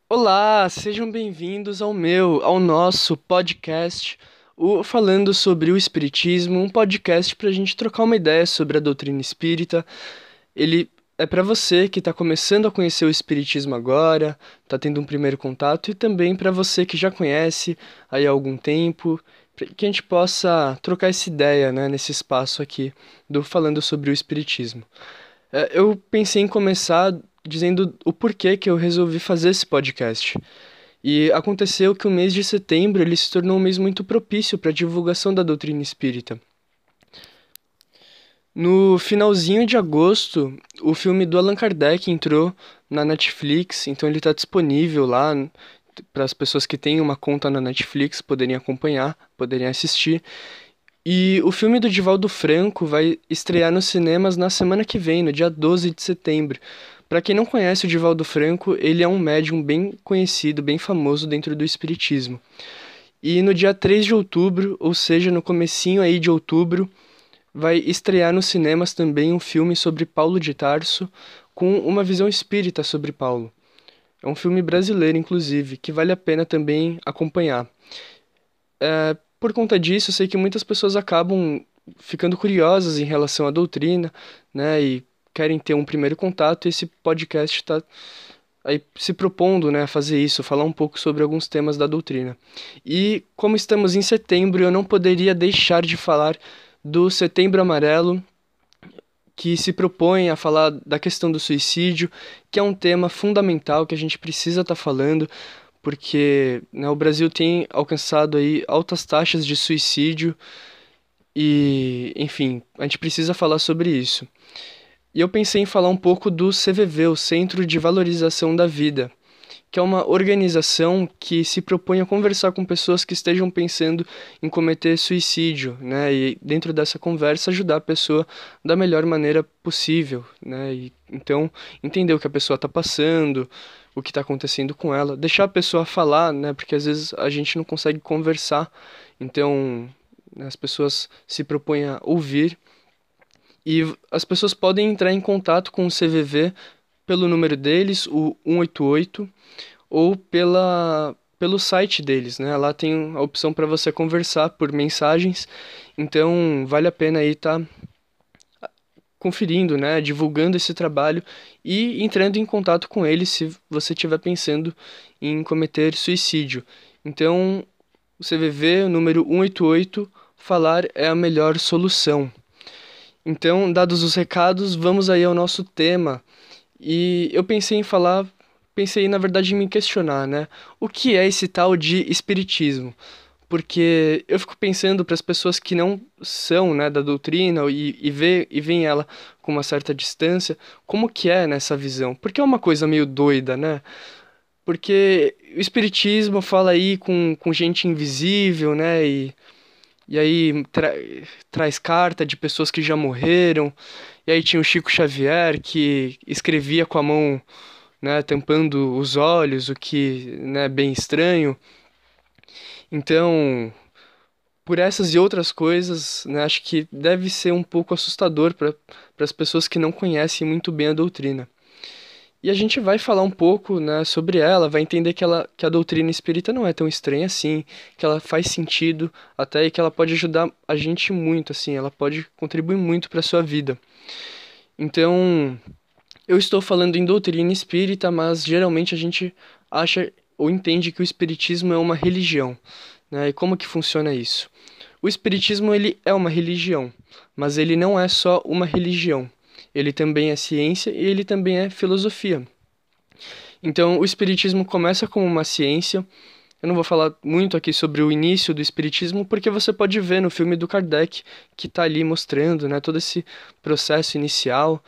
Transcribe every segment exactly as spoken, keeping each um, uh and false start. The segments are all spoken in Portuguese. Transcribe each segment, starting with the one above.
Olá, sejam bem-vindos ao meu, ao nosso podcast, o Falando sobre o Espiritismo, um podcast para a gente trocar uma ideia sobre a doutrina espírita. Ele é para você que está começando a conhecer o Espiritismo agora, está tendo um primeiro contato, e também para você que já conhece aí há algum tempo, pra que a gente possa trocar essa ideia, né, nesse espaço aqui do Falando sobre o Espiritismo. É, Eu pensei em começar dizendo o porquê que eu resolvi fazer esse podcast. E aconteceu que o mês de setembro ele se tornou um mês muito propício para a divulgação da doutrina espírita. No finalzinho de agosto, o filme do Allan Kardec entrou na Netflix, então ele está disponível lá para as pessoas que têm uma conta na Netflix poderem acompanhar, poderem assistir. E o filme do Divaldo Franco vai estrear nos cinemas na semana que vem, no dia doze de setembro. Para quem não conhece o Divaldo Franco, ele é um médium bem conhecido, bem famoso dentro do espiritismo. E no dia três de outubro, ou seja, no comecinho aí de outubro, vai estrear nos cinemas também um filme sobre Paulo de Tarso, com uma visão espírita sobre Paulo. É um filme brasileiro, inclusive, que vale a pena também acompanhar. É, por conta disso, eu sei que muitas pessoas acabam ficando curiosas em relação à doutrina, né, e querem ter um primeiro contato, e esse podcast está aí se propondo, né, a fazer isso, falar um pouco sobre alguns temas da doutrina. E como estamos em setembro, eu não poderia deixar de falar do Setembro Amarelo, que se propõe a falar da questão do suicídio, que é um tema fundamental que a gente precisa estar falando, porque, né, o Brasil tem alcançado aí altas taxas de suicídio e, enfim, a gente precisa falar sobre isso. E eu pensei em falar um pouco do C V V, o Centro de Valorização da Vida, que é uma organização que se propõe a conversar com pessoas que estejam pensando em cometer suicídio, né? E dentro dessa conversa ajudar a pessoa da melhor maneira possível, né? E então entender o que a pessoa está passando, o que está acontecendo com ela, deixar a pessoa falar, né? Porque às vezes a gente não consegue conversar, então né, as pessoas se propõem a ouvir e as pessoas podem entrar em contato com o C V V pelo número deles, o um oito oito, ou pela, pelo site deles, né? Lá tem a opção para você conversar por mensagens, então vale a pena aí estar conferindo, né? Divulgando esse trabalho e entrando em contato com eles se você estiver pensando em cometer suicídio. Então, o C V V, o número um oito oito, falar é a melhor solução. Então, dados os recados, vamos aí ao nosso tema. E eu pensei em falar, pensei na verdade em me questionar, né? O que é esse tal de espiritismo? Porque eu fico pensando para as pessoas que não são, né, da doutrina e, e vê e veem ela com uma certa distância, como que é nessa visão? Porque é uma coisa meio doida, né? Porque o espiritismo fala aí com, com gente invisível, né? E, e aí tra traz carta de pessoas que já morreram. E aí tinha o Chico Xavier que escrevia com a mão, né, tampando os olhos, o que, né, é bem estranho. Então, por essas e outras coisas, né, acho que deve ser um pouco assustador para para as pessoas que não conhecem muito bem a doutrina. E a gente vai falar um pouco, né, sobre ela, vai entender que ela, que a doutrina espírita não é tão estranha assim, que ela faz sentido até e que ela pode ajudar a gente muito, assim, ela pode contribuir muito para a sua vida. Então, eu estou falando em doutrina espírita, mas geralmente a gente acha ou entende que o espiritismo é uma religião, né? E como que funciona isso? O espiritismo ele é uma religião, mas ele não é só uma religião. Ele também é ciência e ele também é filosofia. Então, o espiritismo começa como uma ciência. Eu não vou falar muito aqui sobre o início do espiritismo, porque você pode ver no filme do Kardec, que está ali mostrando, né, todo esse processo inicial.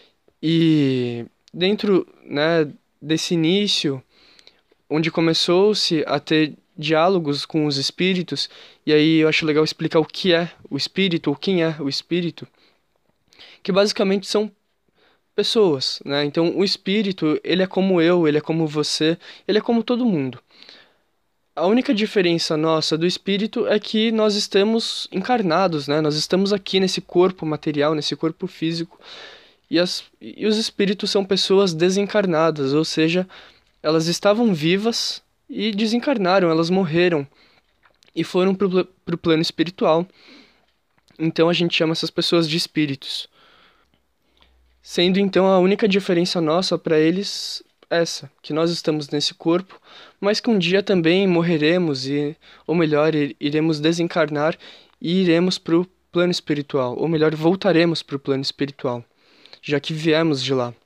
E dentro, né, desse início, onde começou-se a ter diálogos com os espíritos, e aí eu acho legal explicar o que é o espírito, ou quem é o espírito, que basicamente são pessoas, né? Então, o espírito, ele é como eu, ele é como você, ele é como todo mundo. A única diferença nossa do espírito é que nós estamos encarnados, né? Nós estamos aqui nesse corpo material, nesse corpo físico, e, as, e os espíritos são pessoas desencarnadas, ou seja, elas estavam vivas e desencarnaram, elas morreram e foram pro, pro plano espiritual. Então a gente chama essas pessoas de espíritos. Sendo então a única diferença nossa para eles essa, que nós estamos nesse corpo, mas que um dia também morreremos e, ou melhor, iremos desencarnar e iremos para o plano espiritual, ou melhor, voltaremos para o plano espiritual, já que viemos de lá.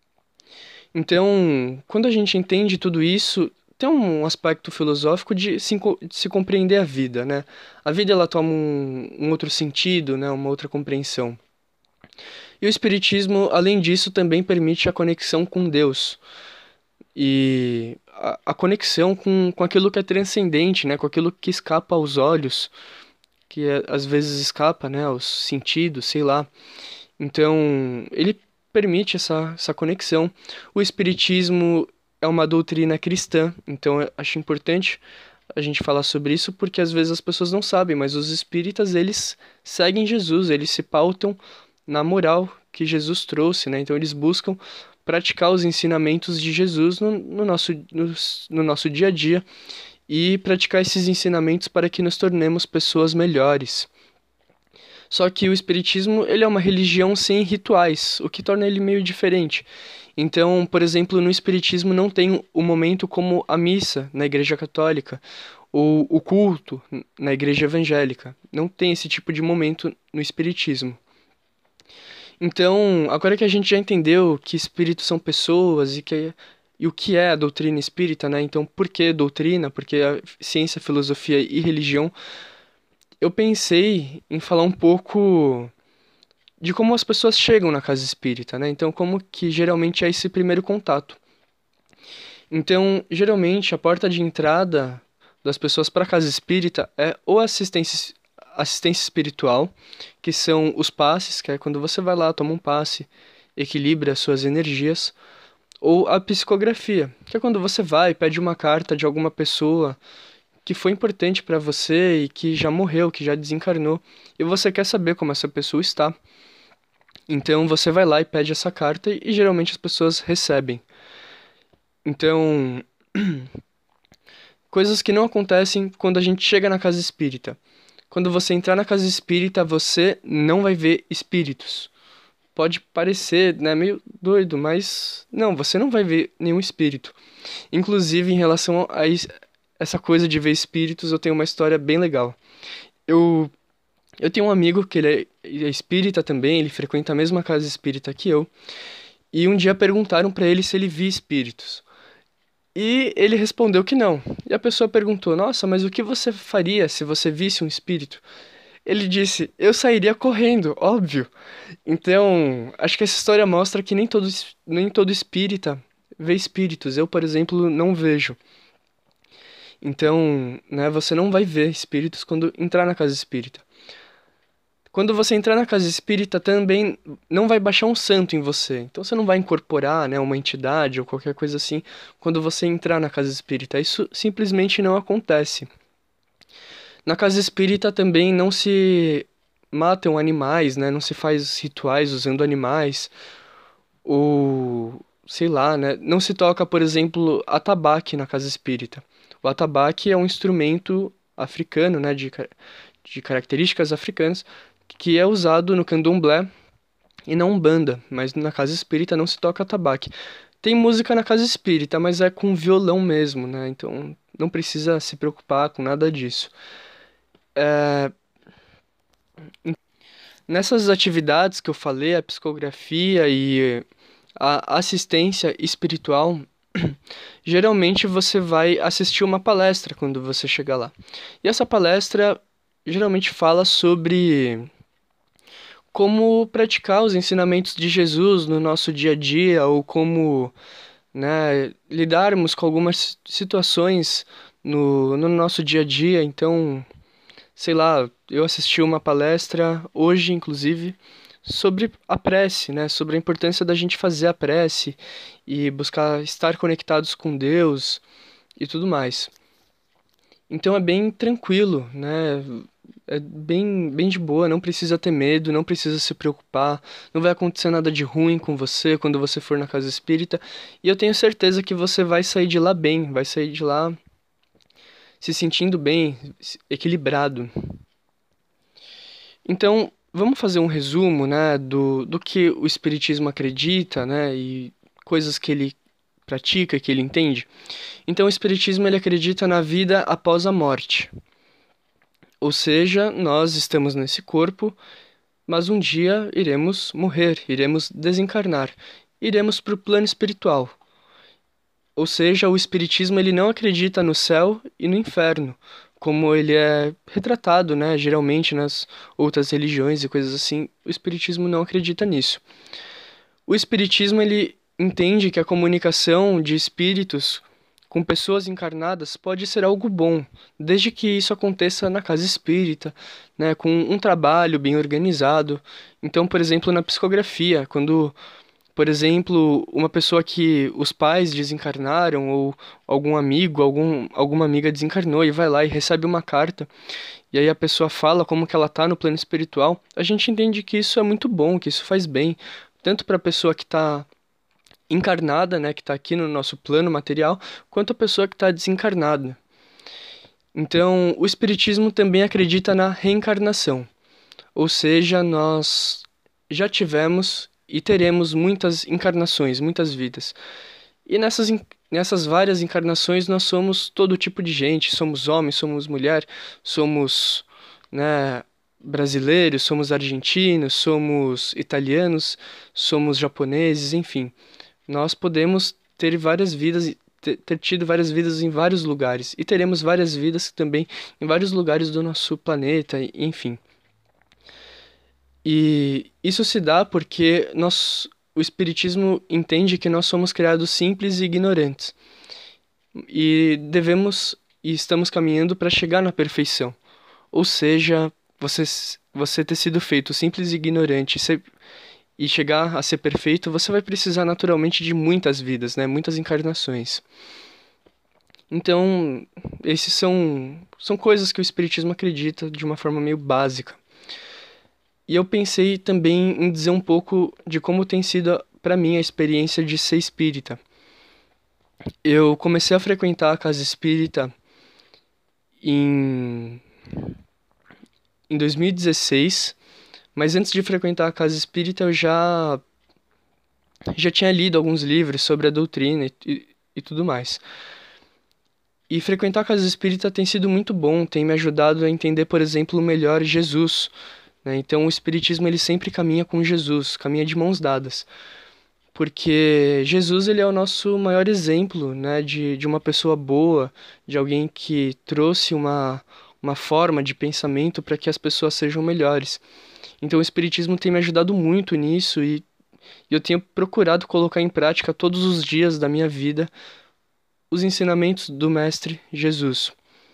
Então, quando a gente entende tudo isso, tem um aspecto filosófico de se, de se compreender a vida, né? A vida ela toma um, um outro sentido, né? Uma outra compreensão. E o Espiritismo, além disso, também permite a conexão com Deus. E a, a conexão com, com aquilo que é transcendente, né? Com aquilo que escapa aos olhos, que é, às vezes escapa, né? Aos sentidos, sei lá. Então, ele permite essa, essa conexão. O Espiritismo é uma doutrina cristã, então eu acho importante a gente falar sobre isso, porque às vezes as pessoas não sabem, mas os espíritas, eles seguem Jesus, eles se pautam na moral que Jesus trouxe, né? Então eles buscam praticar os ensinamentos de Jesus no, no, nosso, no, no nosso dia a dia e praticar esses ensinamentos para que nos tornemos pessoas melhores. Só que o espiritismo, ele é uma religião sem rituais, o que torna ele meio diferente. Então, por exemplo, no espiritismo não tem o momento como a missa na Igreja Católica ou o culto na Igreja Evangélica. Não tem esse tipo de momento no espiritismo. Então, agora que a gente já entendeu que espíritos são pessoas e que e o que é a doutrina espírita, né? Então, por que doutrina? Porque a ciência, filosofia e religião, eu pensei em falar um pouco de como as pessoas chegam na casa espírita, né? Então, como que geralmente é esse primeiro contato. Então, geralmente, a porta de entrada das pessoas para a casa espírita é ou assistência, assistência espiritual, que são os passes, que é quando você vai lá, toma um passe, equilibra as suas energias, ou a psicografia, que é quando você vai, pede uma carta de alguma pessoa que foi importante para você e que já morreu, que já desencarnou, e você quer saber como essa pessoa está. Então você vai lá e pede essa carta e geralmente as pessoas recebem. Então, coisas que não acontecem quando a gente chega na casa espírita. Quando você entrar na casa espírita, você não vai ver espíritos. Pode parecer, né, meio doido, mas não, você não vai ver nenhum espírito. Inclusive, em relação a is- essa coisa de ver espíritos, eu tenho uma história bem legal. Eu, eu tenho um amigo que ele é, ele é espírita também, ele frequenta a mesma casa espírita que eu, e um dia perguntaram pra ele se ele via espíritos. E ele respondeu que não. E a pessoa perguntou: Nossa, mas o que você faria se você visse um espírito? Ele disse: Eu sairia correndo, óbvio. Então, acho que essa história mostra que nem todo, es- nem todo espírita vê espíritos. Eu, por exemplo, não vejo. Então, né, você não vai ver espíritos quando entrar na casa espírita. Quando você entrar na casa espírita, também não vai baixar um santo em você. Então você não vai incorporar, né, uma entidade ou qualquer coisa assim quando você entrar na casa espírita. Isso simplesmente não acontece. Na casa espírita também não se matam animais, né? Não se faz rituais usando animais. Ou, sei lá, né? Não se toca, por exemplo, atabaque na casa espírita. O atabaque é um instrumento africano, né? De, ca- de características africanas, que é usado no candomblé e na umbanda, mas na casa espírita não se toca atabaque. Tem música na casa espírita, mas é com violão mesmo, né? Então não precisa se preocupar com nada disso. É, nessas atividades que eu falei, a psicografia e a assistência espiritual, geralmente você vai assistir uma palestra quando você chegar lá. E essa palestra geralmente fala sobre como praticar os ensinamentos de Jesus no nosso dia a dia, ou como, né, lidarmos com algumas situações no, no nosso dia a dia. Então, sei lá, eu assisti uma palestra hoje, inclusive, sobre a prece, né? Sobre a importância da gente fazer a prece e buscar estar conectados com Deus e tudo mais. Então é bem tranquilo, né? É bem, bem de boa, não precisa ter medo, não precisa se preocupar, não vai acontecer nada de ruim com você quando você for na casa espírita. E eu tenho certeza que você vai sair de lá bem, vai sair de lá se sentindo bem, se- equilibrado. Então, vamos fazer um resumo, né, do, do que o espiritismo acredita, né, e coisas que ele pratica, que ele entende. Então, o espiritismo ele acredita na vida após a morte. Ou seja, nós estamos nesse corpo, mas um dia iremos morrer, iremos desencarnar, iremos para o plano espiritual. Ou seja, o espiritismo ele não acredita no céu e no inferno, como ele é retratado, né, geralmente nas outras religiões e coisas assim. O espiritismo não acredita nisso. O espiritismo ele entende que a comunicação de espíritos com pessoas encarnadas pode ser algo bom, desde que isso aconteça na casa espírita, né, com um trabalho bem organizado. Então, por exemplo, na psicografia, quando, por exemplo, uma pessoa que os pais desencarnaram ou algum amigo, algum, alguma amiga desencarnou e vai lá e recebe uma carta, e aí a pessoa fala como que ela tá no plano espiritual, a gente entende que isso é muito bom, que isso faz bem, tanto para a pessoa que está encarnada, né, que está aqui no nosso plano material, quanto a pessoa que está desencarnada. Então, o espiritismo também acredita na reencarnação, ou seja, nós já tivemos e teremos muitas encarnações, muitas vidas. E nessas, en- nessas várias encarnações nós somos todo tipo de gente, somos homens, somos mulher, somos, né, brasileiros, somos argentinos, somos italianos, somos japoneses, enfim. Nós podemos ter várias vidas, e ter ter tido várias vidas em vários lugares, e teremos várias vidas também em vários lugares do nosso planeta, e- enfim. E isso se dá porque nós, o Espiritismo entende que nós somos criados simples e ignorantes, e devemos e estamos caminhando para chegar na perfeição. Ou seja, você, s- você ter sido feito simples e ignorante, ser e chegar a ser perfeito, você vai precisar naturalmente de muitas vidas, né? Muitas encarnações. Então, esses são são coisas que o espiritismo acredita de uma forma meio básica. E eu pensei também em dizer um pouco de como tem sido para mim a experiência de ser espírita. Eu comecei a frequentar a casa espírita em em dois mil e dezesseis, mas antes de frequentar a casa espírita eu já já tinha lido alguns livros sobre a doutrina e, e, e tudo mais. E frequentar a casa espírita tem sido muito bom, tem me ajudado a entender, por exemplo, melhor Jesus, né? Então o espiritismo ele sempre caminha com Jesus, caminha de mãos dadas, porque Jesus ele é o nosso maior exemplo, né, de, de uma pessoa boa, de alguém que trouxe uma uma forma de pensamento para que as pessoas sejam melhores. Então o espiritismo tem me ajudado muito nisso e e eu tenho procurado colocar em prática todos os dias da minha vida os ensinamentos do Mestre Jesus.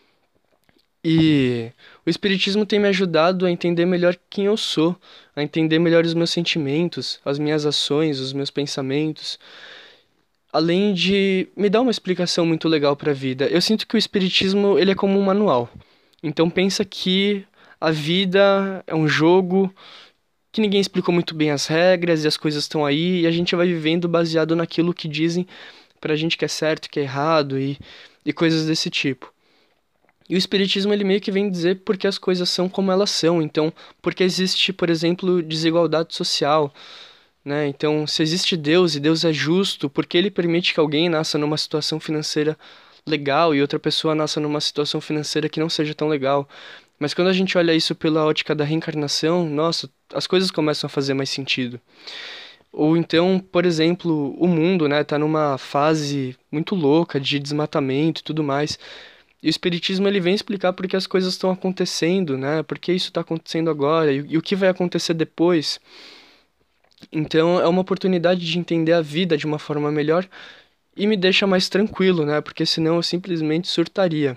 E o Espiritismo tem me ajudado a entender melhor quem eu sou, a entender melhor os meus sentimentos, as minhas ações, os meus pensamentos, além de me dar uma explicação muito legal para a vida. Eu sinto que o Espiritismo ele é como um manual. Então pensa que a vida é um jogo que ninguém explicou muito bem as regras e as coisas estão aí e a gente vai vivendo baseado naquilo que dizem pra gente que é certo, que é errado e, e coisas desse tipo. E o espiritismo ele meio que vem dizer por que as coisas são como elas são. Então, porque existe, por exemplo, desigualdade social, né? Então, se existe Deus e Deus é justo, por que ele permite que alguém nasça numa situação financeira legal e outra pessoa nasça numa situação financeira que não seja tão legal? Mas quando a gente olha isso pela ótica da reencarnação, nossa, as coisas começam a fazer mais sentido. Ou então, por exemplo, o mundo, né, tá numa fase muito louca de desmatamento e tudo mais. E o espiritismo ele vem explicar por que as coisas estão acontecendo, né? Por que isso está acontecendo agora e, e o que vai acontecer depois. Então, é uma oportunidade de entender a vida de uma forma melhor e me deixa mais tranquilo, né? Porque senão eu simplesmente surtaria.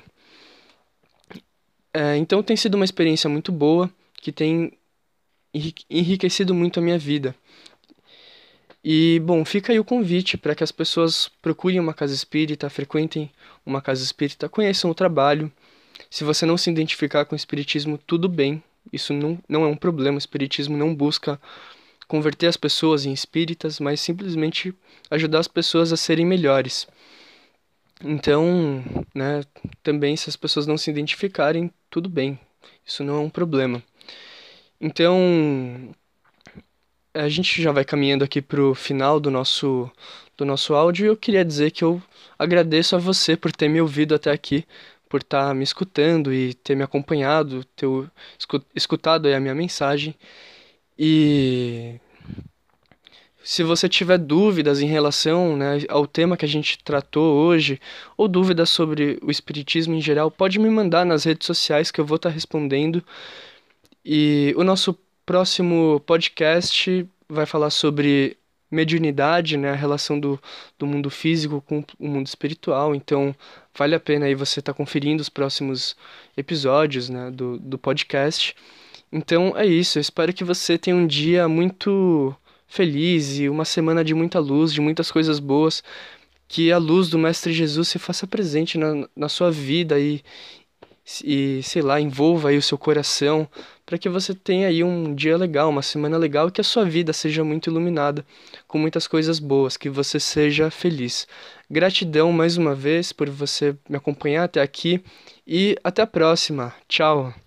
É, então, tem sido uma experiência muito boa que tem enri- enriquecido muito a minha vida. E, bom, fica aí o convite para que as pessoas procurem uma casa espírita, frequentem uma casa espírita, conheçam o trabalho. Se você não se identificar com o espiritismo, tudo bem. Isso não, não é um problema. O espiritismo não busca converter as pessoas em espíritas, mas simplesmente ajudar as pessoas a serem melhores. Então, né, também se as pessoas não se identificarem, tudo bem. Isso não é um problema. Então, a gente já vai caminhando aqui pro final do nosso do nosso áudio e eu queria dizer que eu agradeço a você por ter me ouvido até aqui, por estar me escutando e ter me acompanhado, ter escu- escutado aí a minha mensagem. E se você tiver dúvidas em relação, né, ao tema que a gente tratou hoje, ou dúvidas sobre o espiritismo em geral, pode me mandar nas redes sociais que eu vou estar respondendo. E o nosso próximo podcast vai falar sobre mediunidade, né, a relação do, do mundo físico com o mundo espiritual. Então, vale a pena aí você estar conferindo os próximos episódios, né, do, do podcast. Então, é isso. Eu espero que você tenha um dia muito feliz e uma semana de muita luz, de muitas coisas boas. Que a luz do Mestre Jesus se faça presente na, na sua vida e, e, sei lá, envolva aí o seu coração, para que você tenha aí um dia legal, uma semana legal, e que a sua vida seja muito iluminada, com muitas coisas boas, que você seja feliz. Gratidão mais uma vez por você me acompanhar até aqui e até a próxima. Tchau.